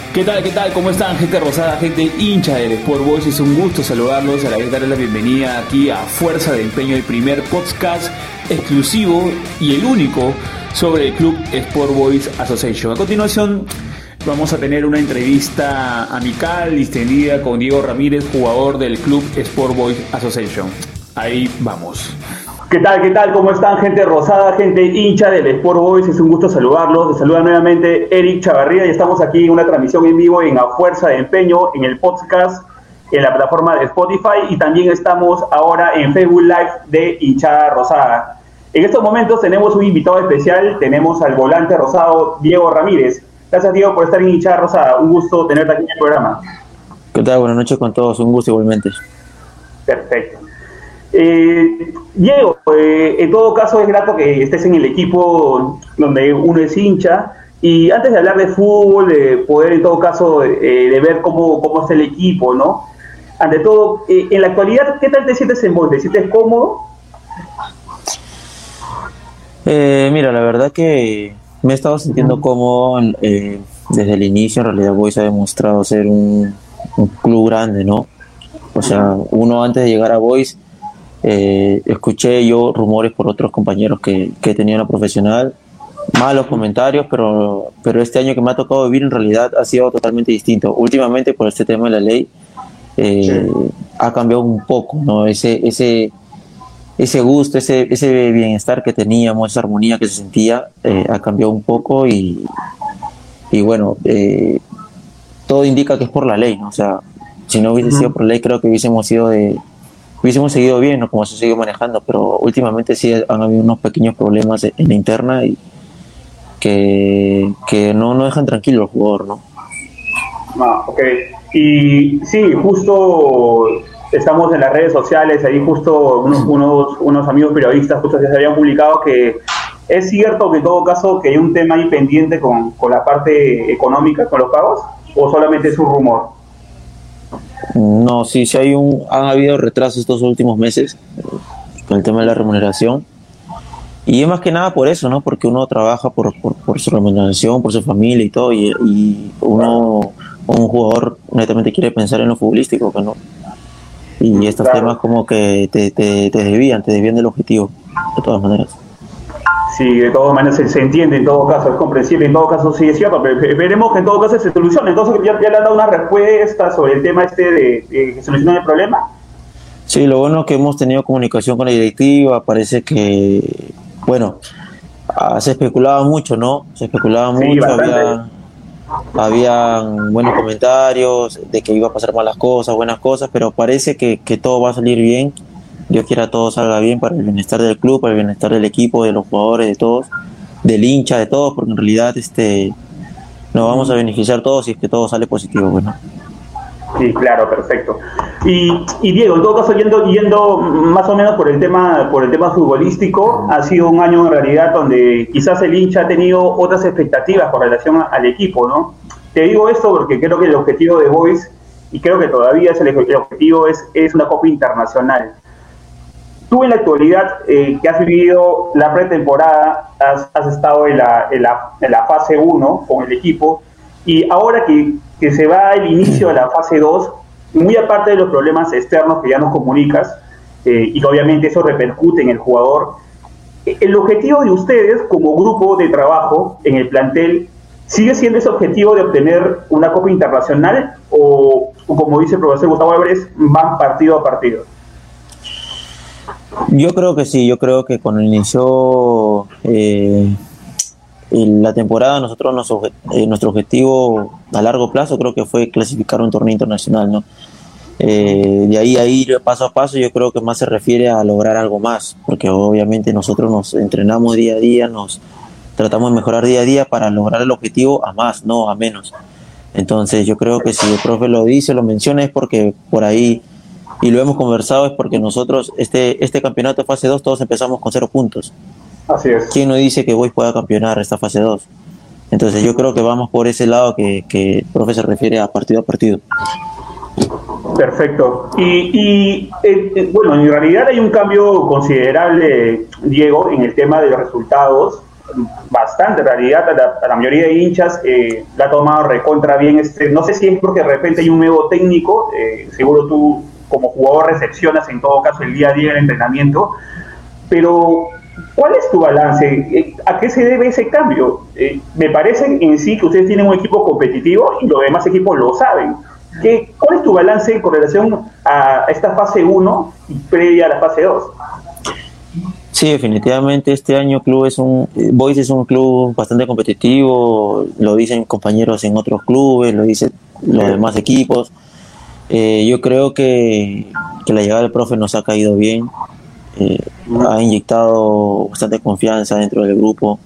¿Qué tal? ¿Qué tal? ¿Cómo están? Gente rosada, gente hincha del Sport Boys. Es un gusto saludarlos, a la vez darles la bienvenida aquí a Fuerza de Empeño, el primer podcast exclusivo y el único sobre el Club Sport Boys Association. A continuación vamos a tener una entrevista amical, distendida con Diego Ramírez, jugador del Club Sport Boys Association. Ahí vamos. ¿Qué tal? ¿Qué tal? ¿Cómo están, gente rosada, gente hincha del Sport Boys? Es un gusto saludarlos. Les saluda nuevamente Eric Chavarría y estamos aquí en una transmisión en vivo en A Fuerza de Empeño, en el podcast, en la plataforma de Spotify, y también estamos ahora en Facebook Live de Hinchada Rosada. En estos momentos tenemos un invitado especial, tenemos al volante rosado Diego Ramírez. Gracias, Diego, por estar en Hinchada Rosada. Un gusto tenerte aquí en el programa. ¿Qué tal? Buenas noches con todos, un gusto igualmente. Perfecto. Diego, en todo caso es grato que estés en el equipo donde uno es hincha, y antes de hablar de fútbol, de poder en todo caso de ver cómo está el equipo, ¿no? Ante todo, en la actualidad, ¿qué tal te sientes en Boys? ¿Te sientes cómodo? Mira, la verdad que me he estado sintiendo cómodo desde el inicio. En realidad Boys ha demostrado ser un club grande, ¿no? O sea, uno antes de llegar a Boys, escuché yo rumores por otros compañeros que tenían la profesional, malos comentarios, pero este año que me ha tocado vivir en realidad ha sido totalmente distinto. Últimamente, por este tema de la ley, ha cambiado un poco, ¿no? Ese gusto, ese bienestar que teníamos, esa armonía que se sentía, ha cambiado un poco y bueno, todo indica que es por la ley, ¿no? O sea, si no hubiese sido por ley, creo que hubiésemos seguido bien, ¿no? Como se sigue manejando, pero últimamente sí han habido unos pequeños problemas en la interna y que no dejan tranquilo al jugador, ¿no? Ok. Y sí, justo estamos en las redes sociales, ahí justo unos amigos periodistas justo se habían publicado que es cierto que en todo caso que hay un tema ahí pendiente con la parte económica, con los pagos, o solamente es un rumor. No, sí han habido retrasos estos últimos meses con el tema de la remuneración, y es más que nada por eso, ¿no? Porque uno trabaja por su remuneración, por su familia y todo, y uno, un jugador, netamente quiere pensar en lo futbolístico, ¿no? Y estos temas como que te desvían del objetivo, de todas maneras. Sí, de todas maneras se entiende, en todo caso, es comprensible, en todo caso sí es cierto, pero esperemos que en todo caso se solucione. Entonces, ¿ya le han dado una respuesta sobre el tema de que solucione el problema? Sí, lo bueno es que hemos tenido comunicación con la directiva. Parece que, bueno, se especulaba mucho, ¿no? Habían buenos comentarios de que iba a pasar malas cosas, buenas cosas, pero parece que todo va a salir bien. Dios quiera todo salga bien para el bienestar del club, para el bienestar del equipo, de los jugadores, de todos, del hincha, de todos, porque en realidad nos vamos a beneficiar todos si es que todo sale positivo, bueno. Sí, claro, perfecto. Y Diego, en todo caso, yendo más o menos por el tema futbolístico, ha sido un año en realidad donde quizás el hincha ha tenido otras expectativas con relación al equipo, ¿no? Te digo esto porque creo que el objetivo de Boys, y creo que todavía el objetivo es una Copa Internacional. Tú en la actualidad, que has vivido la pretemporada, has estado en la fase 1 con el equipo, y ahora que se va el inicio de la fase 2, muy aparte de los problemas externos que ya nos comunicas, y que obviamente eso repercute en el jugador, el objetivo de ustedes como grupo de trabajo en el plantel, ¿sigue siendo ese objetivo de obtener una Copa Internacional o como dice el profesor Gustavo Álvarez, van partido a partido? Yo creo que sí, yo creo que cuando inició la temporada, nuestro objetivo a largo plazo creo que fue clasificar un torneo internacional, ¿no? De ahí a ir paso a paso, yo creo que más se refiere a lograr algo más, porque obviamente nosotros nos entrenamos día a día, nos tratamos de mejorar día a día para lograr el objetivo a más, no a menos. Entonces yo creo que si el profe lo dice, lo menciona, es porque por ahí, y lo hemos conversado, es porque nosotros este campeonato de fase 2 todos empezamos con 0 puntos. Así es. ¿Quién no dice que Boys pueda campeonar esta fase 2? Entonces yo creo que vamos por ese lado que el profe se refiere a partido. Perfecto. Bueno, en realidad hay un cambio considerable, Diego, en el tema de los resultados. bastante, en realidad, a la mayoría de hinchas la ha tomado recontra bien. No sé si es porque de repente hay un nuevo técnico, seguro tú como jugador recepcionas en todo caso el día a día del entrenamiento, pero ¿cuál es tu balance? ¿A qué se debe ese cambio? Me parece en sí que ustedes tienen un equipo competitivo y los demás equipos lo saben. ¿Cuál es tu balance con relación a esta fase 1 y previa a la fase 2? Sí, definitivamente este año Boys es un club bastante competitivo, lo dicen compañeros en otros clubes, lo dicen los demás equipos. Yo creo que la llegada del profe nos ha caído bien, ha inyectado bastante confianza dentro del grupo,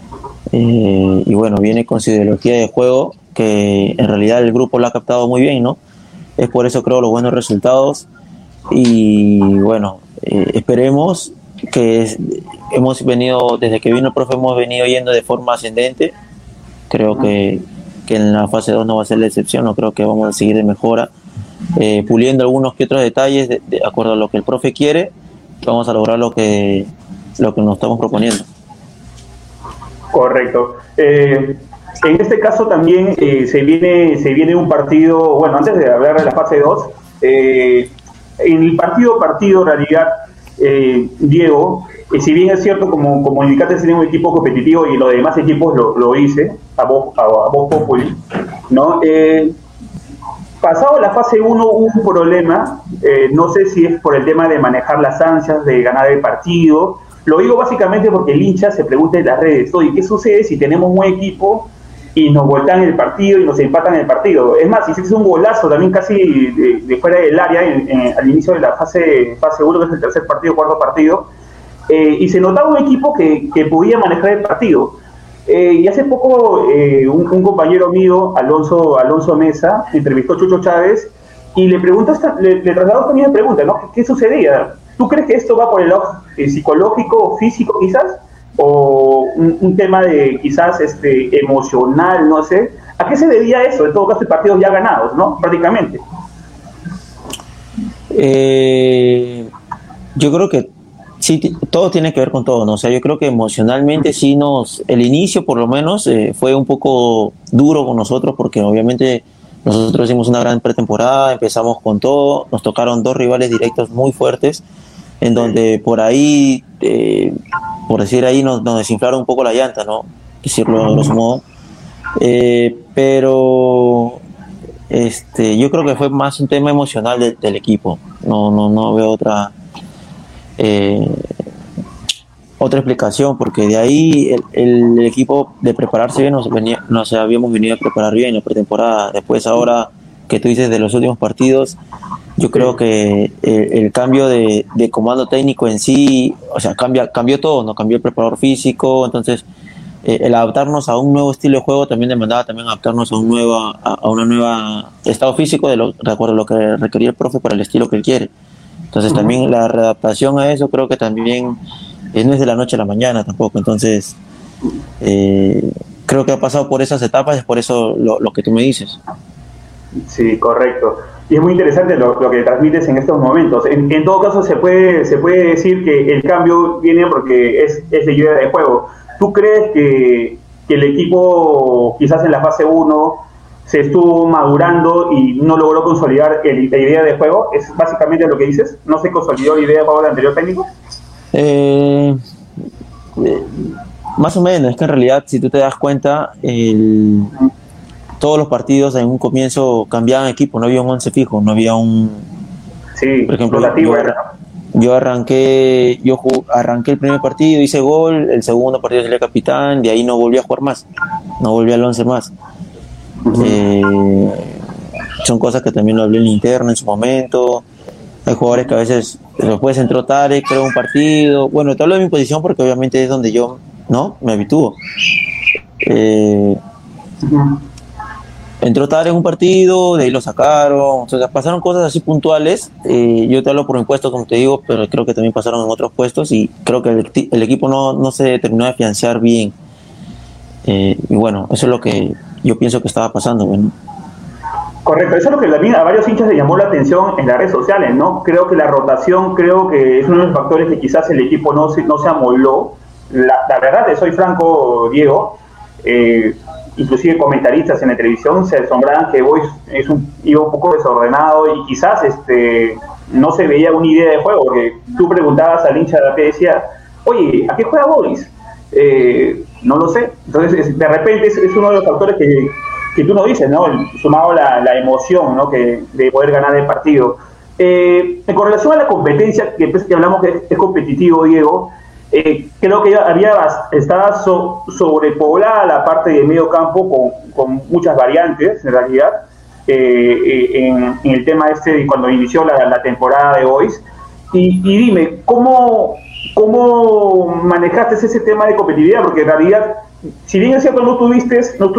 y bueno, viene con su ideología de juego que en realidad el grupo lo ha captado muy bien, ¿no? Es por eso creo los buenos resultados y bueno, esperemos que hemos venido, desde que vino el profe hemos venido yendo de forma ascendente. Creo que en la fase 2 no va a ser la excepción, no creo que vamos a seguir de mejora, puliendo algunos que otros detalles de acuerdo a lo que el profe quiere. Vamos a lograr lo que nos estamos proponiendo. Correcto. En este caso también se viene un partido, bueno, antes de hablar de la fase 2, en el partido en realidad, Diego, si bien es cierto, como indicaste, tiene un equipo competitivo y los demás equipos lo hice, a vos Populi, ¿no? Pasado la fase 1 hubo un problema, no sé si es por el tema de manejar las ansias, de ganar el partido. Lo digo básicamente porque el hincha se pregunta en las redes, oye, ¿qué sucede si tenemos un buen equipo y nos voltean el partido y nos empatan el partido? Es más, hiciste un golazo también casi de fuera del área al inicio de la fase 1, que es el tercer partido, cuarto partido, y se notaba un equipo que podía manejar el partido. Y hace poco un compañero mío, Alonso Mesa, entrevistó a Chucho Chávez y le trasladó también la pregunta, ¿no? ¿Qué sucedía? ¿Tú crees que esto va por el lado psicológico, físico quizás? ¿O un tema de quizás emocional, no sé? ¿A qué se debía eso? En todo caso, partidos ya ganados, ¿no? Prácticamente. Yo creo que sí, todo tiene que ver con todo, ¿no? O sea, yo creo que emocionalmente sí el inicio por lo menos fue un poco duro con nosotros porque obviamente nosotros hicimos una gran pretemporada, empezamos con todo, nos tocaron 2 rivales directos muy fuertes, en donde por ahí, por decir ahí, nos desinflaron un poco la llanta, ¿no? Decirlo a grosso modo. Pero yo creo que fue más un tema emocional del equipo, no veo otra explicación, porque de ahí el equipo de prepararse bien nos habíamos venido a preparar bien en la pretemporada. Después, ahora que tú dices de los últimos partidos, yo creo que el cambio de comando técnico en sí, o sea, cambió todo, ¿no? Cambió el preparador físico, entonces el adaptarnos a un nuevo estilo de juego también demandaba también adaptarnos a un nuevo estado físico de acuerdo a lo que requería el profe para el estilo que él quiere. Entonces también la readaptación a eso creo que también no es de la noche a la mañana tampoco. Entonces creo que ha pasado por esas etapas, es por eso lo que tú me dices. Sí, correcto. Y es muy interesante lo que transmites en estos momentos. En todo caso se puede decir que el cambio viene porque es de idea de juego. ¿Tú crees que el equipo quizás en la fase 1 se estuvo madurando y no logró consolidar la idea de juego? ¿Es básicamente lo que dices? ¿No se consolidó la idea de juego del anterior técnico? Más o menos. Es que en realidad, si tú te das cuenta, todos los partidos en un comienzo cambiaban equipo, no había un 11 fijo, no había un... Sí, por ejemplo, yo arranqué el primer partido, hice gol, el segundo partido salí capitán, de ahí no volví a jugar más, no volví al 11 más. Son cosas que también lo hablé en la interna en su momento. Hay jugadores que a veces después entró Tarek, creó un partido. Bueno, te hablo de mi posición porque obviamente es donde yo me habitúo. Entró Tarek en un partido, de ahí lo sacaron, o sea, pasaron cosas así puntuales. Yo te hablo por mi puesto, como te digo, pero creo que también pasaron en otros puestos y creo que el equipo no se terminó de afianzar bien. Y bueno, eso es lo que yo pienso que estaba pasando. Bueno. Correcto, eso es lo que también a varios hinchas le llamó la atención en las redes sociales, ¿no? Creo que la rotación, es uno de los factores que quizás el equipo no se amoldó. la verdad, te soy franco, Diego, inclusive comentaristas en la televisión se asombraban que Boys iba un poco desordenado y quizás no se veía una idea de juego, porque tú preguntabas al hincha de la P y decía, oye, ¿a qué juega Boys? No lo sé. Entonces, de repente es uno de los factores que tú no dices, ¿no? Sumado la emoción, ¿no? De poder ganar el partido. Con relación a la competencia, que hablamos que es competitivo, Diego, creo que estaba sobrepoblada la parte de medio campo con muchas variantes, en realidad, en el tema cuando inició la temporada de Boys. Y dime, ¿cómo manejaste ese tema de competitividad? Porque en realidad, si bien es cierto, no tuviste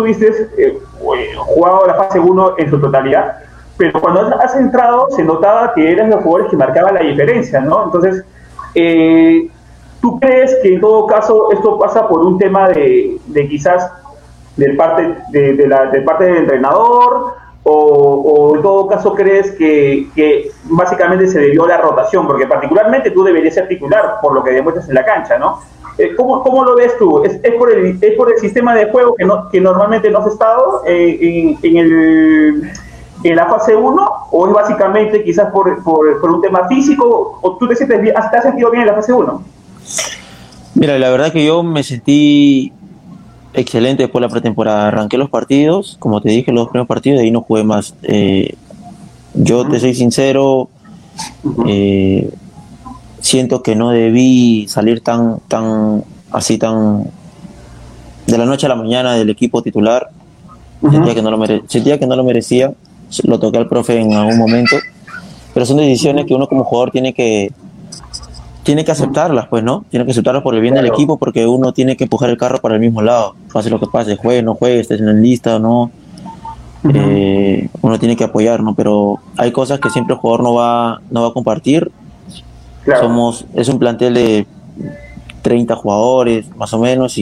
jugado la fase 1 en su totalidad, pero cuando has entrado se notaba que eras los jugadores que marcaban la diferencia, ¿no? Entonces, ¿tú crees que en todo caso esto pasa por un tema de quizás del parte del entrenador, o en todo caso crees que básicamente se debió a la rotación? Porque particularmente tú deberías ser titular por lo que demuestras en la cancha, ¿no? ¿Cómo lo ves tú? ¿Es por el sistema de juego que normalmente no has estado en la fase 1, o es básicamente quizás por un tema físico, o tú te has sentido bien en la fase 1? Mira, la verdad que yo me sentí excelente después de la pretemporada. Arranqué los partidos, como te dije, los primeros partidos, de ahí no jugué más. Yo te soy sincero, siento que no debí salir tan de la noche a la mañana del equipo titular. Sentía que no lo merecía. Lo toqué al profe en algún momento, pero son decisiones que uno como jugador tiene que aceptarlas, pues, ¿no? Tiene que aceptarlas por el bien del equipo, porque uno tiene que empujar el carro para el mismo lado, pase lo que pase, juegue, no juegue, estés en la lista o no. Uno tiene que apoyar, ¿no? Pero hay cosas que siempre el jugador no va a compartir. Claro. Es un plantel de 30 jugadores, más o menos,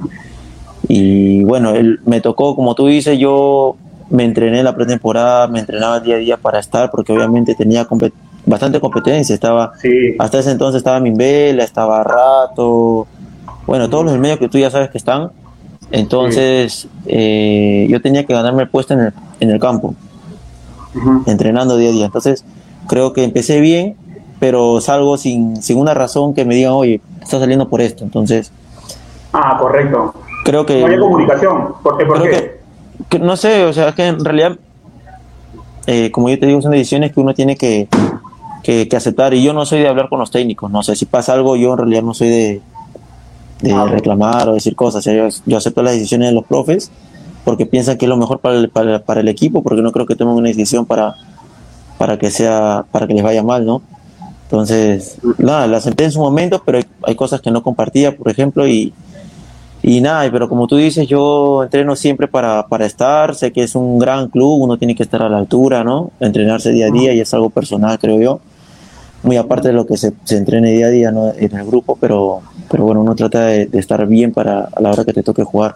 y bueno, me tocó, como tú dices, yo me entrené en la pretemporada, me entrenaba día a día para estar, porque obviamente tenía bastante competencia. Hasta ese entonces estaba Minvela, estaba Rato, bueno, todos los del medio que tú ya sabes que están. Entonces yo tenía que ganarme el puesto en el campo, entrenando día a día. Entonces creo que empecé bien, pero salgo sin una razón que me digan, oye, estás saliendo por esto. Entonces correcto, creo que no había comunicación. ¿Por qué? Que no sé, o sea, es que en realidad como yo te digo, son decisiones que uno tiene que aceptar, y yo no soy de hablar con los técnicos, no sé, si pasa algo, yo en realidad no soy de reclamar o decir cosas. O sea, yo acepto las decisiones de los profes porque piensan que es lo mejor para el equipo, porque no creo que tomen una decisión para que les vaya mal, ¿no? Entonces, nada, la acepté en su momento, pero hay cosas que no compartía, por ejemplo, y nada, pero como tú dices, yo entreno siempre para estar. Sé que es un gran club, uno tiene que estar a la altura, ¿no? Entrenarse día a día, y es algo personal, creo yo, muy aparte de lo que se entrene día a día, ¿no? En el grupo, pero bueno, uno trata de estar bien a la hora que te toque jugar.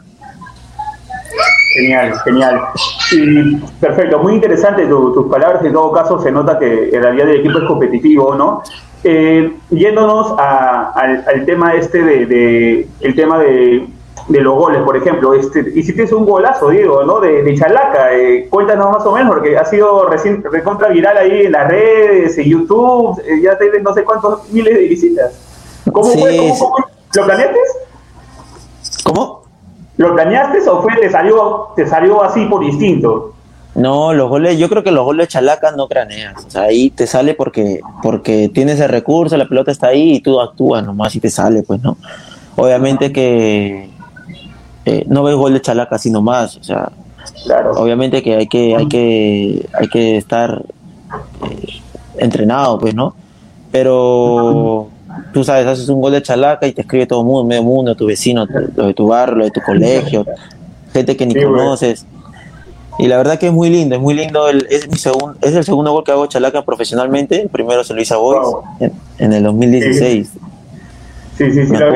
Genial. Y perfecto, muy interesante tus palabras. En todo caso, se nota que en realidad el equipo es competitivo, ¿no? Yéndonos al tema el tema de los goles, por ejemplo, hiciste un golazo, Diego, ¿no? De Chalaca. Cuéntanos más o menos, porque ha sido recién recontra viral ahí en las redes, en YouTube, ya tienes no sé cuántos miles de visitas. ¿Cómo fue? ¿Lo planeaste? ¿Cómo? ¿Lo planeaste o te salió así por instinto? No, los goles, yo creo que los goles de Chalaca no craneas. O sea, ahí te sale porque tienes el recurso, la pelota está ahí y tú actúas nomás y te sale, pues, ¿no? Obviamente que no ves gol de Chalaca así nomás. O sea, claro. Obviamente que hay que estar entrenado, pues, ¿no? Pero tú sabes, haces un gol de Chalaca y te escribe todo el mundo, medio mundo, tu vecino, lo de tu barrio, lo de tu colegio, gente que ni conoces. Y la verdad que es muy lindo, es el segundo gol que hago Chalaca profesionalmente. El primero se lo hice a Boys en el 2016. Sí,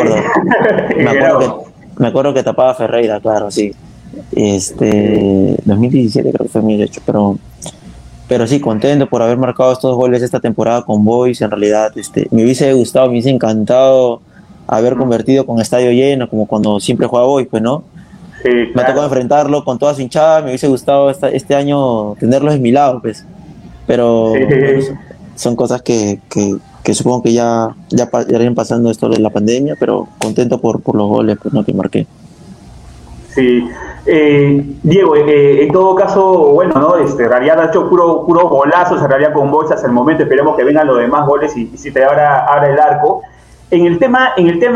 Me acuerdo que tapaba Ferreira, claro, sí. 2017 creo que fue mi hecho, pero sí, contento por haber marcado estos goles esta temporada con Boys. En realidad me hubiese gustado, me hubiese encantado haber convertido con estadio lleno, como cuando siempre juega hoy, pues, ¿no? Sí, Me ha claro. tocado enfrentarlo con toda su hinchada, me hubiese gustado este año tenerlos en mi lado, pues. Pero Sí. bueno, son cosas que supongo que ya irán pasando esto de la pandemia, pero contento por los goles, pues, ¿no?, que marqué. Sí. Diego, en todo caso, bueno, ¿no? En realidad ha hecho puro golazos, en realidad con Boys hasta el momento, esperemos que vengan los demás goles y si te abra el arco. En el tema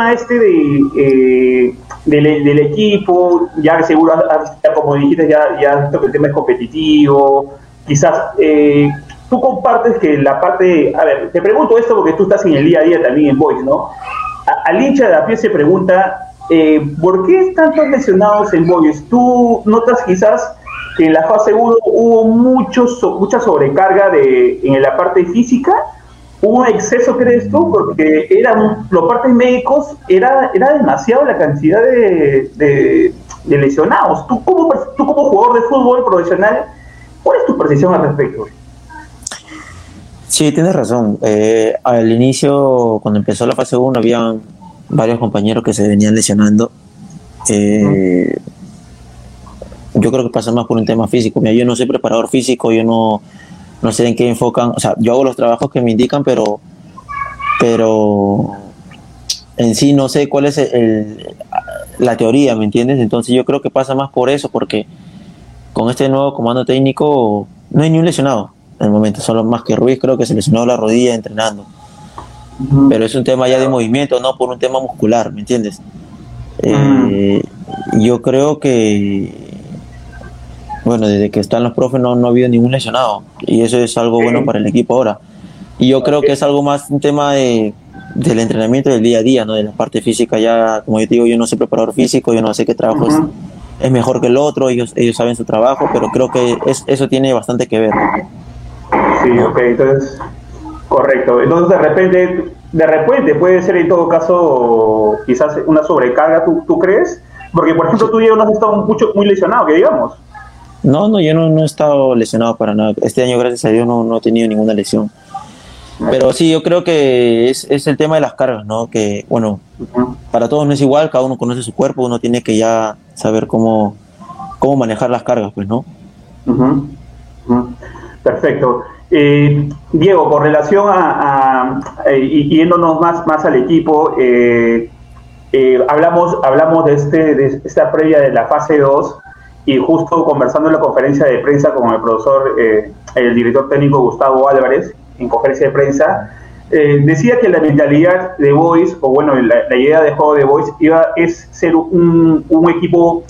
del equipo, ya seguro, como dijiste, ya visto que el tema es competitivo, quizás tú compartes que la parte, a ver, te pregunto esto porque tú estás en el día a día también en Boys, ¿no? Al hincha de a pie se pregunta, ¿por qué tantos lesionados en Boys? ¿Tú notas quizás que en la fase 1 hubo mucha sobrecarga en la parte física? ¿Hubo un exceso, crees tú? Porque los partes médicos, era demasiado la cantidad de lesionados. Tú como jugador de fútbol profesional, ¿cuál es tu percepción al respecto? Sí, tienes razón. Al inicio, cuando empezó la fase 1, habían varios compañeros que se venían lesionando. Yo creo que pasa más por un tema físico. Mira, yo no soy preparador físico, yo no sé en qué enfocan. O sea, yo hago los trabajos que me indican, pero en sí no sé cuál es la teoría, ¿me entiendes? Entonces yo creo que pasa más por eso, porque con este nuevo comando técnico no hay ni un lesionado en el momento, solo más que Ruiz, creo que se lesionó la rodilla entrenando. Pero es un tema ya de movimiento, no por un tema muscular, ¿me entiendes? Yo creo que, bueno, desde que están los profes no ha habido ningún lesionado, y eso es algo bueno para el equipo ahora. Y yo creo que es algo más un tema del entrenamiento del día a día, ¿no? De la parte física. Ya, como yo te digo, yo no soy preparador físico, yo no sé qué trabajo es mejor que el otro, ellos saben su trabajo, pero creo que eso tiene bastante que ver. Sí, ok, entonces, correcto. Entonces, de repente puede ser en todo caso quizás una sobrecarga, ¿tú crees? Porque, por ejemplo, tú ya no has estado muy lesionado, que digamos. No, yo no he estado lesionado para nada. Este año, gracias a Dios, no he tenido ninguna lesión. Pero sí, yo creo que es el tema de las cargas, ¿no? Que, bueno, para todos no es igual, cada uno conoce su cuerpo, uno tiene que ya saber cómo manejar las cargas, pues, ¿no? Perfecto. Diego, con relación y yéndonos más al equipo, hablamos de esta previa de la fase 2 y justo conversando en la conferencia de prensa con el profesor, el director técnico Gustavo Álvarez, en conferencia de prensa, decía que la mentalidad de Boys, o bueno, la idea de juego de Boys es ser un equipo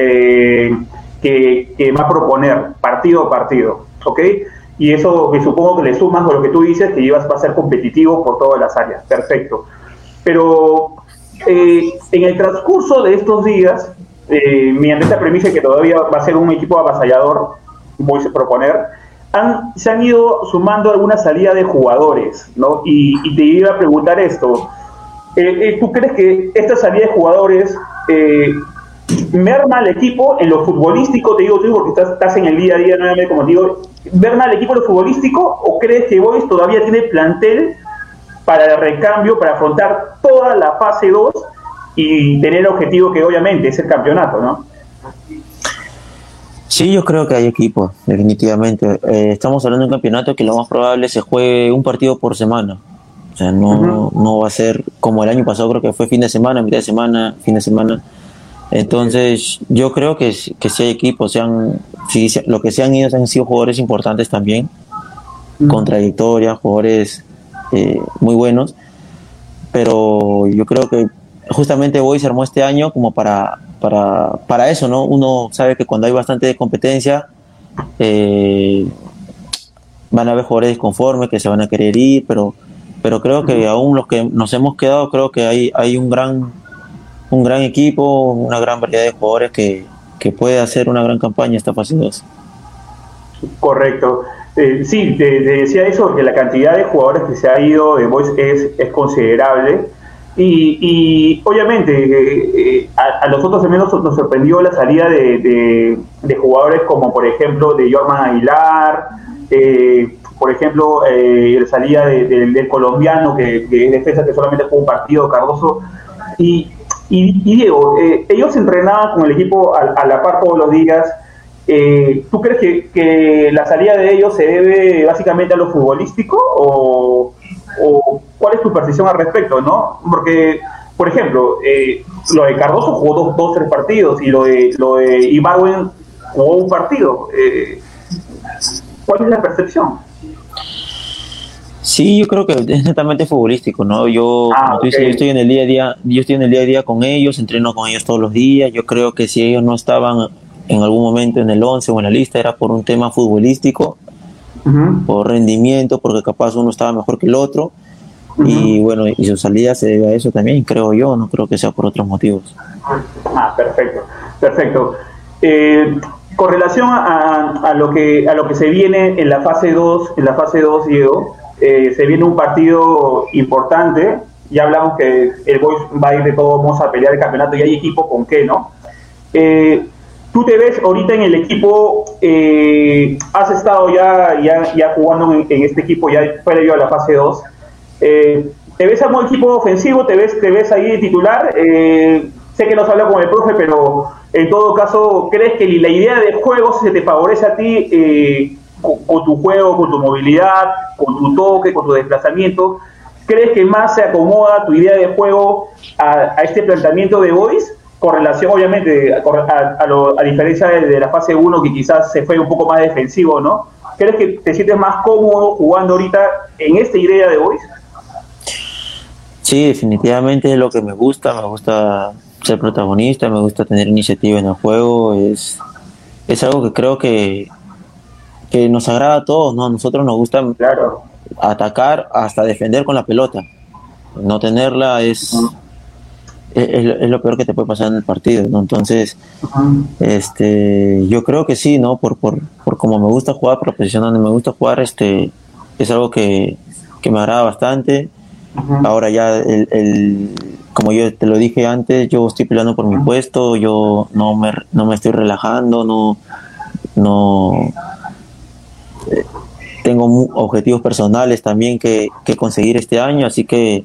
que va a proponer partido a partido, ¿ok? Y eso me supongo que le sumas a lo que tú dices, que va a ser competitivo por todas las áreas, perfecto. Pero en el transcurso de estos días, mediante esta premisa que todavía va a ser un equipo avasallador, voy a proponer, se han ido sumando alguna salida de jugadores, ¿no? Y te iba a preguntar esto, ¿tú crees que esta salida de jugadores merma al equipo en lo futbolístico? Te digo tú porque estás en el día a día nuevamente, como te digo, ¿merma al equipo en lo futbolístico o crees que Boys todavía tiene plantel para el recambio, para afrontar toda la fase 2 y tener el objetivo que obviamente es el campeonato, ¿no? Sí, yo creo que hay equipo, definitivamente. Estamos hablando de un campeonato que lo más probable se juegue un partido por semana. O sea, no va a ser como el año pasado, creo que fue fin de semana, mitad de semana, fin de semana. Entonces, yo creo que sí hay equipos. Lo que se han ido han sido jugadores importantes también, con trayectoria, jugadores muy buenos. Pero yo creo que justamente Boys se armó este año como para eso, ¿no? Uno sabe que cuando hay bastante competencia van a haber jugadores disconformes que se van a querer ir, pero creo que aún los que nos hemos quedado, creo que hay un gran equipo, una gran variedad de jugadores que puede hacer una gran campaña esta fase 2. Correcto. Sí, te decía eso, que la cantidad de jugadores que se ha ido de Boys es considerable. Y obviamente a nosotros al menos nos sorprendió la salida de jugadores como por ejemplo de Jorman Aguilar, por ejemplo la salida del colombiano que es defensa, que solamente jugó un partido, Cardoso. Y Diego, ellos entrenaban con el equipo a la par todos los días. ¿Tú crees que la salida de ellos se debe básicamente a lo futbolístico o cuál es tu percepción al respecto, ¿no? Porque, por ejemplo, lo de Cardoso jugó dos, tres partidos y lo de Ibargüen jugó un partido. ¿Cuál es la percepción? Sí, yo creo que es netamente futbolístico, ¿no? Como tú dices, yo estoy en el día a día con ellos, entreno con ellos todos los días. Yo creo que si ellos no estaban en algún momento en el 11 o en la lista era por un tema futbolístico, por rendimiento, porque capaz uno estaba mejor que el otro. Y bueno, y su salida se debe a eso también, creo yo, no creo que sea por otros motivos. Perfecto. Con relación a lo que se viene en la fase 2, Diego, se viene un partido importante. Ya hablamos que el Boys va a ir de todos modos a pelear el campeonato y hay equipo con qué, ¿no? Tú te ves ahorita en el equipo, has estado ya jugando en este equipo ya previo a la fase 2. ¿Te ves a un equipo ofensivo? ¿Te ves ahí de titular? Sé que no se habla con el profe, pero en todo caso, ¿crees que la idea de juego se te favorece a ti con tu juego, con tu movilidad, con tu toque, con tu desplazamiento? ¿Crees que más se acomoda tu idea de juego a este planteamiento de Boys? Con relación, obviamente, a diferencia de la fase 1, que quizás se fue un poco más defensivo, ¿no? ¿Crees que te sientes más cómodo jugando ahorita en esta idea de Boys? Sí, definitivamente es lo que me gusta ser protagonista, me gusta tener iniciativa en el juego, es algo que creo que nos agrada a todos, ¿no? A nosotros nos gusta atacar hasta defender con la pelota, no tenerla es lo peor que te puede pasar en el partido, ¿no? Entonces, yo creo que sí, ¿no? Por como me gusta jugar, por la posición donde me gusta jugar, es algo que me agrada bastante. Ahora ya como yo te lo dije antes, yo estoy peleando por mi puesto, yo no me estoy relajando, no tengo objetivos personales también que conseguir este año, así que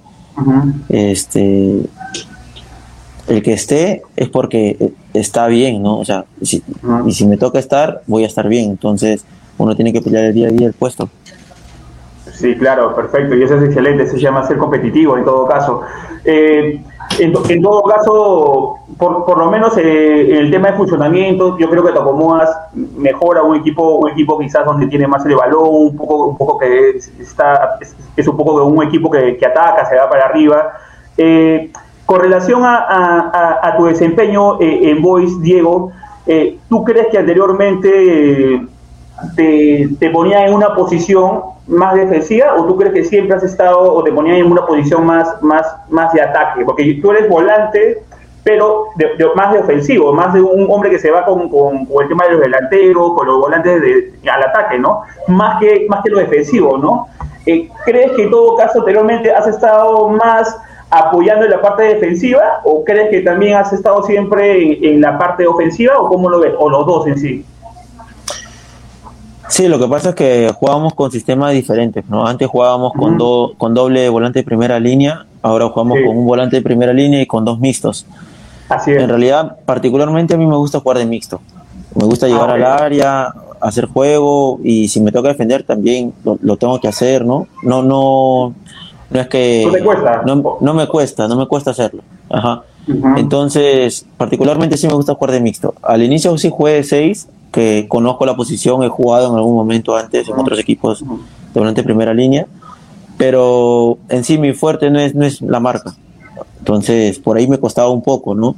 el que esté es porque está bien, ¿no? O sea, y si me toca estar, voy a estar bien. Entonces, uno tiene que pelear el día a día el puesto. Sí, claro, perfecto. Y eso es excelente. Eso se llama ser competitivo en todo caso. En todo caso, por lo menos en el tema de funcionamiento, yo creo que te acomodas mejor a un equipo quizás donde tiene más el balón, un poco que es un poco de un equipo que ataca, se va para arriba. Con relación a tu desempeño en Boys, Diego, ¿tú crees que anteriormente te ponían en una posición más defensiva o tú crees que siempre has estado o te ponían en una posición más de ataque? Porque tú eres volante, pero más de ofensivo, más de un hombre que se va con el tema de los delanteros, con los volantes al ataque, ¿no? Más que lo defensivo, ¿no? ¿Crees que en todo caso anteriormente has estado más apoyando en la parte defensiva o crees que también has estado siempre en la parte ofensiva o cómo lo ves? O los dos en sí. Sí, lo que pasa es que jugábamos con sistemas diferentes, ¿no? Antes jugábamos con doble volante de primera línea, ahora jugamos con un volante de primera línea y con dos mixtos. Así es. En realidad, particularmente a mí me gusta jugar de mixto. Me gusta llegar al área, hacer juego y si me toca defender también lo tengo que hacer, ¿no? No es que... ¿No te cuesta? No me cuesta hacerlo. Ajá. Entonces, particularmente sí me gusta jugar de mixto. Al inicio sí jugué de 6, que conozco la posición, he jugado en algún momento antes en otros equipos de volante de primera línea, pero en sí mi fuerte no es la marca. Entonces, por ahí me costaba un poco, ¿no?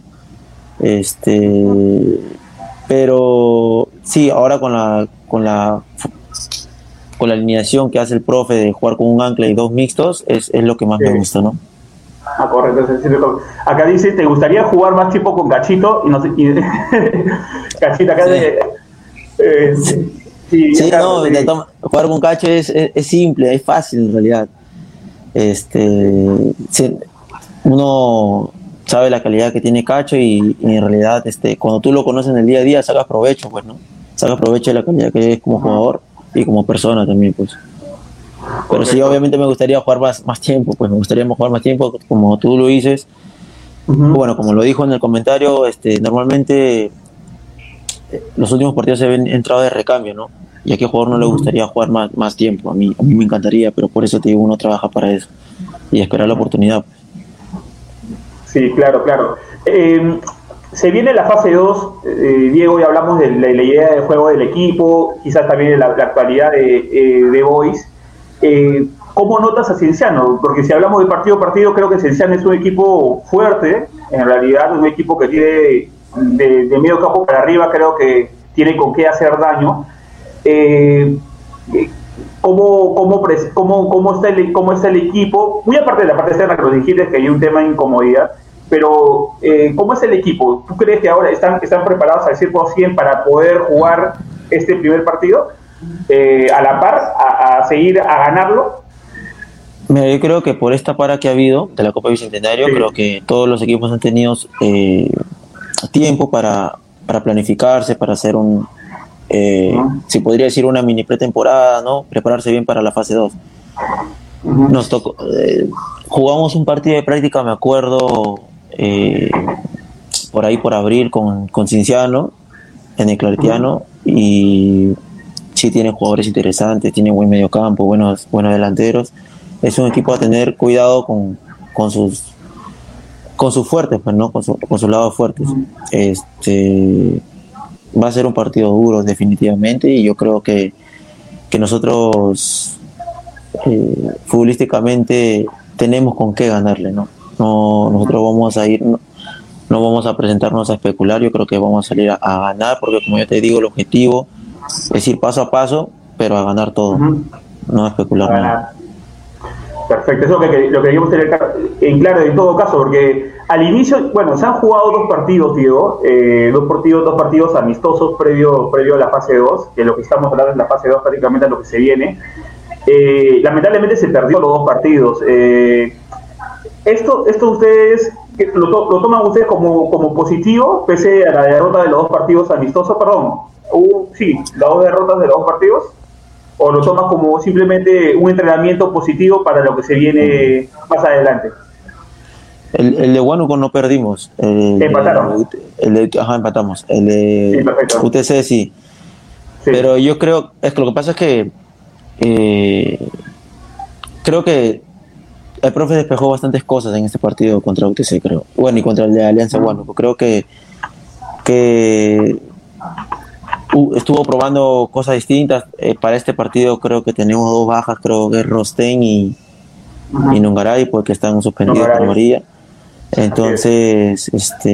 Pero sí, ahora con la alineación que hace el profe de jugar con un ancla y dos mixtos es lo que más me gusta, ¿no? Correcto. Acá dice, ¿te gustaría jugar más tiempo con Cachito? Y no sé, Cachito acá jugar con Cacho es simple, es fácil en realidad. Uno sabe la calidad que tiene Cacho y en realidad cuando tú lo conoces en el día a día sacas provecho, pues, ¿no? Sacas provecho de la calidad que es como jugador y como persona también, pues. Pero sí, obviamente me gustaría jugar más tiempo, pues me gustaría jugar más tiempo, como tú lo dices. Bueno, como lo dijo en el comentario, normalmente los últimos partidos se ven entrado de recambio, ¿no? Y a qué jugador no le gustaría jugar más tiempo. A mí me encantaría, pero por eso te digo, uno trabaja para eso y esperar la oportunidad. Sí, claro, claro. Se viene la fase 2, Diego, ya hablamos de la idea de juego del equipo, quizás también de la actualidad de Boys. ¿Cómo notas a Cienciano? Porque si hablamos de partido a partido, creo que Cienciano es un equipo fuerte, en realidad un equipo que tiene de medio campo para arriba, creo que tiene con qué hacer daño. ¿Cómo está el equipo? Muy aparte de la parte externa que nos dijiste, que hay un tema de incomodidad, pero ¿cómo es el equipo? ¿Tú crees que ahora están preparados al 100% para poder jugar este primer partido? A la par, a seguir a ganarlo. Mira, yo creo que por esta para que ha habido de la Copa Bicentenario, creo que todos los equipos han tenido tiempo para planificarse, para hacer si podría decir una mini pretemporada, ¿no? Prepararse bien para la fase 2. Nos tocó, jugamos un partido de práctica, me acuerdo, por ahí por abril con Cienciano en el Claretiano, y sí tiene jugadores interesantes, tiene buen mediocampo, buenos delanteros. Es un equipo a tener cuidado con sus fuertes, pues, ¿no? Con sus lados fuertes. Va a ser un partido duro definitivamente, y yo creo que nosotros futbolísticamente tenemos con qué ganarle, ¿no? Nosotros vamos a ir, no vamos a presentarnos a especular. Yo creo que vamos a salir a ganar, porque como yo te digo, el objetivo es ir paso a paso, pero a ganar todo, no a especular nada. Perfecto, eso es lo que queríamos tener en claro en todo caso, porque al inicio, bueno, se han jugado dos partidos, Diego, dos partidos amistosos previo a la fase 2, que lo que estamos hablando es la fase 2 prácticamente a lo que se viene. Lamentablemente se perdió los dos partidos. Esto ustedes lo toman ustedes como positivo, pese a la derrota de los dos partidos amistosos, las dos derrotas de los dos partidos, o lo tomas como simplemente un entrenamiento positivo para lo que se viene más adelante. El de Huánuco no perdimos. Empataron. Empatamos. El de UTC sí. Pero yo creo, es que lo que pasa es que creo que el profe despejó bastantes cosas en este partido contra UTC, creo. Bueno, y contra el de Alianza Huánuco. Creo que estuvo probando cosas distintas. Para este partido creo que tenemos dos bajas, creo que es Rostén y Nungaray, porque están suspendidos por amarilla. Entonces,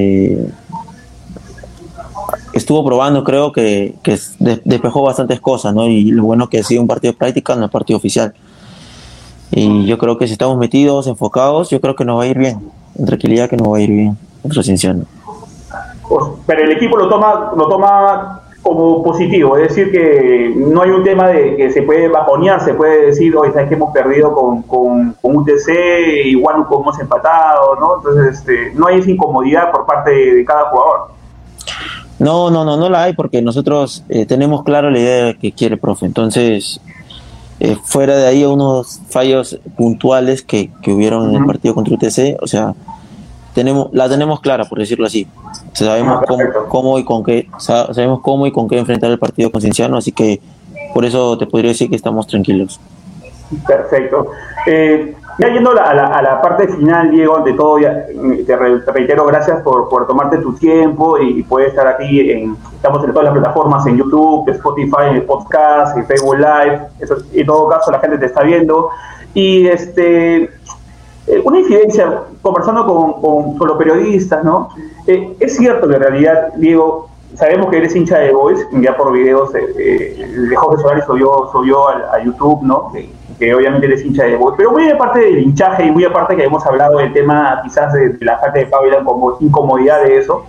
estuvo probando, creo que despejó bastantes cosas, ¿no? Y lo bueno que ha sido un partido de práctica, no es partido oficial. Y yo creo que si estamos metidos, enfocados, yo creo que nos va a ir bien. En tranquilidad que nos va a ir bien contra Cienciano. Pero el equipo lo toma como positivo, es decir, que no hay un tema de que se puede bajonear, se puede decir, oye, sabes que hemos perdido con UTC, igual hemos empatado, ¿no? Entonces, no hay esa incomodidad por parte de cada jugador. No la hay, porque nosotros tenemos claro la idea que quiere el profe. Entonces, fuera de ahí unos fallos puntuales que hubieron en el partido contra UTC, o sea, la tenemos clara, por decirlo así. Sabemos cómo y con qué enfrentar el partido con Cienciano, así que por eso te podría decir que estamos tranquilos. Perfecto. Ya yendo a la parte final, Diego, ante todo, te reitero, gracias por tomarte tu tiempo y poder estar aquí. Estamos en todas las plataformas, en YouTube, Spotify, en el podcast, en Facebook Live. En todo caso, la gente te está viendo. Y una incidencia, conversando con los periodistas, ¿no? Es cierto que en realidad, Diego, sabemos que eres hincha de Boys, ya por videos de Jorge Solari subió a YouTube, ¿no? Que obviamente eres hincha de Boys, pero muy aparte del hinchaje y muy aparte que hemos hablado del tema quizás de la falta de Pablo como incomodidad de eso,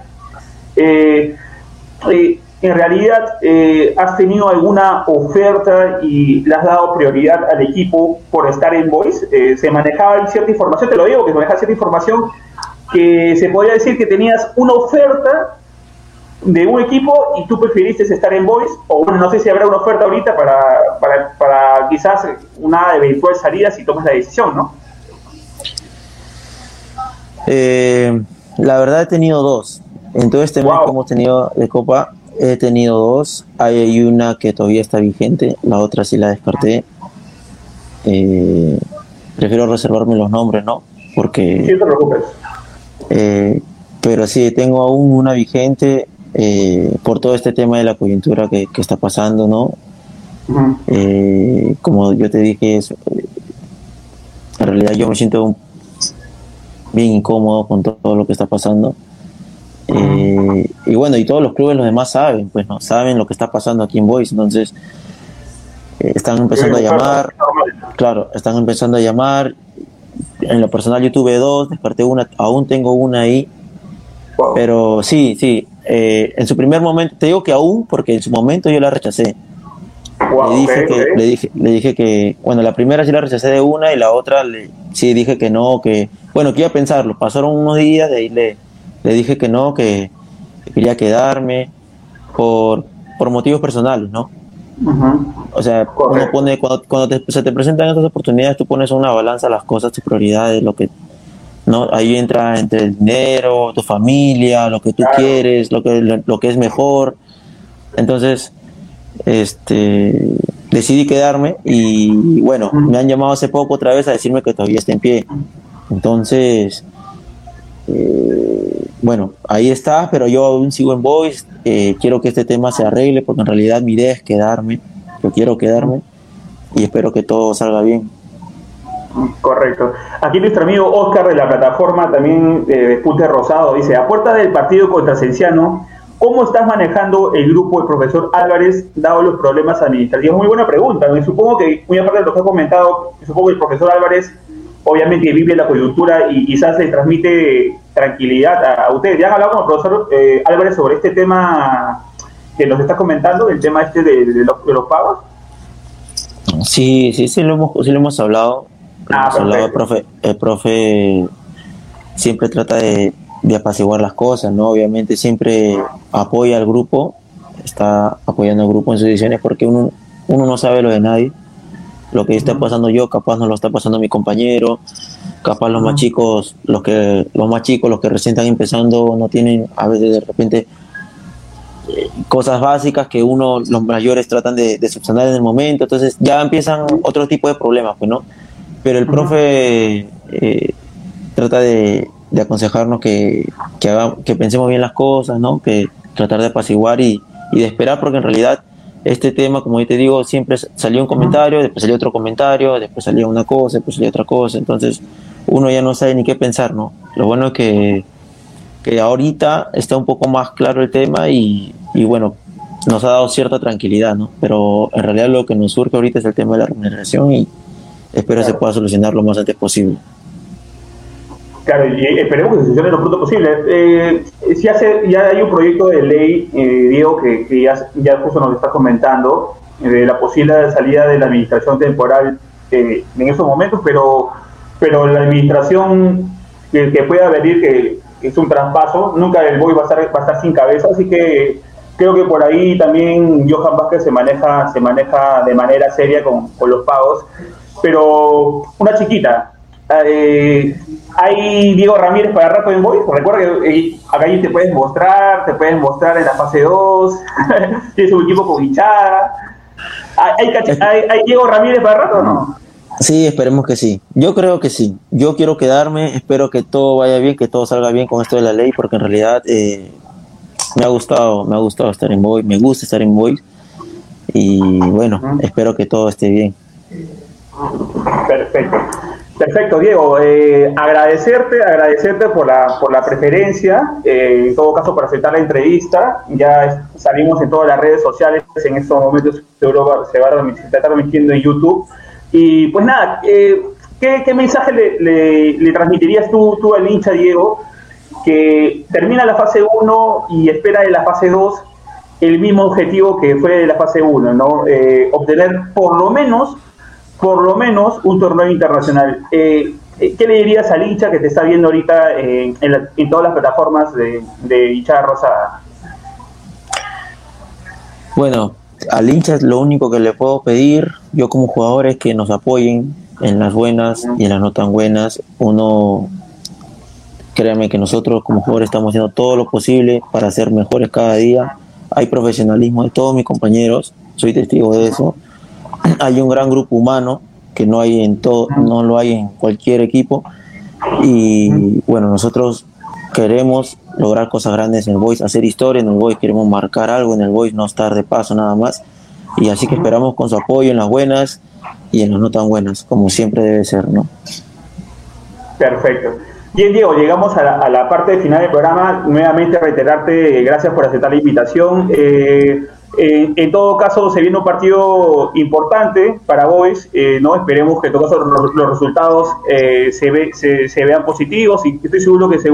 en realidad has tenido alguna oferta y le has dado prioridad al equipo por estar en Boys. Se manejaba cierta información, te lo digo, que se manejaba cierta información que se podría decir que tenías una oferta de un equipo y tú preferiste estar en Boys, o bueno, no sé si habrá una oferta ahorita para quizás una eventual salida si tomas la decisión, ¿no? La verdad he tenido dos. En todo este mes que hemos tenido de Copa, he tenido dos. Hay una que todavía está vigente, la otra sí la descarté. Prefiero reservarme los nombres, ¿no? Porque... Sí, no te preocupes. Pero sí, tengo aún una vigente por todo este tema de la coyuntura que está pasando, ¿no? Uh-huh. Como yo te dije, en realidad yo me siento bien incómodo con todo lo que está pasando. Y bueno, y todos los clubes los demás saben, pues no saben lo que está pasando aquí en Boys, entonces están empezando a llamar, claro, están empezando a llamar. En lo personal yo tuve dos, descarté una, aún tengo una ahí, pero sí, en su primer momento, te digo que aún, porque en su momento yo la rechacé. Le dije que, bueno, la primera sí la rechacé de una y la otra sí dije que no, que iba a pensarlo. Pasaron unos días, de ahí le dije que no, que quería quedarme por motivos personales, ¿no? Uh-huh. O sea, uno pone, cuando se te presentan estas oportunidades, tú pones en una balanza las cosas, tus prioridades, lo que, ¿no? Ahí entra entre el dinero, tu familia, lo que tú quieres, lo que es mejor. Entonces, decidí quedarme y bueno, me han llamado hace poco otra vez a decirme que todavía está en pie. Entonces, bueno, ahí está, pero yo aún sigo en Boys. Quiero que este tema se arregle porque en realidad mi idea es quedarme. Yo quiero quedarme y espero que todo salga bien. Correcto. Aquí nuestro amigo Oscar de la plataforma también Punte Rosado dice: a puerta del partido contra Cienciano, ¿cómo estás manejando el grupo del profesor Álvarez dado los problemas administrativos? Muy buena pregunta. Me supongo que, muy aparte de lo que has comentado, supongo que el profesor Álvarez obviamente vive la coyuntura y quizás le transmite tranquilidad a ustedes. ¿Ya han hablado con el profesor Álvarez sobre este tema que nos estás comentando, el tema de los pagos? Sí, lo hemos hablado. El profe siempre trata de apaciguar las cosas, ¿no? Obviamente siempre apoya al grupo, está apoyando al grupo en sus decisiones porque uno no sabe lo de nadie. Lo que está pasando yo, capaz no lo está pasando mi compañero, capaz los más chicos, los que recién están empezando, no tienen a veces de repente cosas básicas que los mayores tratan de subsanar en el momento, entonces ya empiezan otro tipo de problemas, pues, ¿no? Pero el profe trata de aconsejarnos que pensemos bien las cosas, ¿no? Que tratar de apaciguar y de esperar, porque en realidad este tema, como yo te digo, siempre salió un comentario, después salió otro comentario, después salía una cosa, después salía otra cosa, entonces uno ya no sabe ni qué pensar, ¿no? Lo bueno es que ahorita está un poco más claro el tema y bueno, nos ha dado cierta tranquilidad, ¿no? Pero en realidad lo que nos surge ahorita es el tema de la remuneración y espero se pueda solucionar lo más antes posible. Claro, y esperemos que se solucione lo pronto posible. Ya hay un proyecto de ley, Diego, que ya justo nos está comentando, de la posible salida de la administración temporal en esos momentos, pero la administración que pueda venir, que es un traspaso, nunca el BOI va a estar sin cabeza, así que creo que por ahí también Johan Vázquez se maneja de manera seria con los pagos. Pero una chiquita, ¿hay Diego Ramírez para rato en Boys? Recuerda que acá te puedes mostrar en la fase 2, tienes un equipo con hinchada. ¿Hay Diego Ramírez para rato o no? Sí, esperemos que sí. Yo creo que sí. Yo quiero quedarme, espero que todo vaya bien, que todo salga bien con esto de la ley, porque en realidad me ha gustado estar en Boys, me gusta estar en Boys y bueno, espero que todo esté bien. Perfecto, Diego. Agradecerte por la preferencia, en todo caso por aceptar la entrevista. Ya salimos en todas las redes sociales, en estos momentos seguro se va a estar transmitiendo en YouTube. Y pues nada, ¿qué mensaje le transmitirías tú al hincha, Diego, que termina la fase 1 y espera de la fase 2 el mismo objetivo que fue de la fase 1, ¿no? Obtener por lo menos un torneo internacional? ¿Qué le dirías al hincha que te está viendo ahorita en todas las plataformas de hinchada rosada? Bueno, al hincha lo único que le puedo pedir, yo como jugador, es que nos apoyen en las buenas y en las no tan buenas. Uno créanme que nosotros como jugadores estamos haciendo todo lo posible para ser mejores cada día. Hay profesionalismo de todos mis compañeros, soy testigo de eso. Hay un gran grupo humano que no lo hay en cualquier equipo, y bueno, nosotros queremos lograr cosas grandes en el Boys, hacer historia en el Boys, queremos marcar algo en el Boys, no estar de paso nada más, y así que esperamos con su apoyo en las buenas y en las no tan buenas, como siempre debe ser, ¿no? Perfecto. Bien, Diego, llegamos a la parte final del programa. Nuevamente reiterarte, gracias por aceptar la invitación. En todo caso, se viene un partido importante para Boys, ¿no? Esperemos que en todo caso los resultados se vean positivos, y estoy seguro que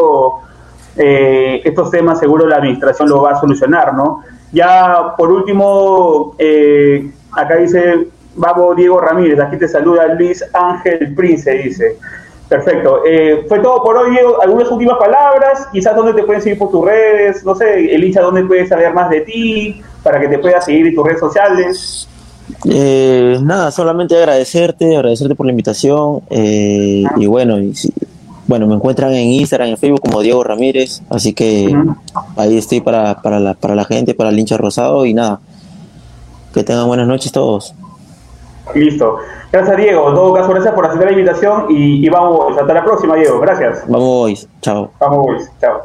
estos temas seguro la administración lo va a solucionar, ¿no? Ya por último, acá dice, vamos Diego Ramírez, aquí te saluda Luis Ángel Prince, dice. Perfecto. Fue todo por hoy, Diego. ¿Algunas últimas palabras? Quizás dónde te pueden seguir por tus redes, no sé, el hincha, dónde puede saber más de ti, para que te pueda seguir en tus redes sociales. Nada, solamente agradecerte por la invitación, y bueno, me encuentran en Instagram, en Facebook como Diego Ramírez, así que ahí estoy para la gente, para el hincha rosado, y nada, que tengan buenas noches todos. Listo. Gracias, Diego. En todo caso, gracias por aceptar la invitación, y vamos, hasta la próxima, Diego. Gracias. Vamos, chao. Vamos, chao.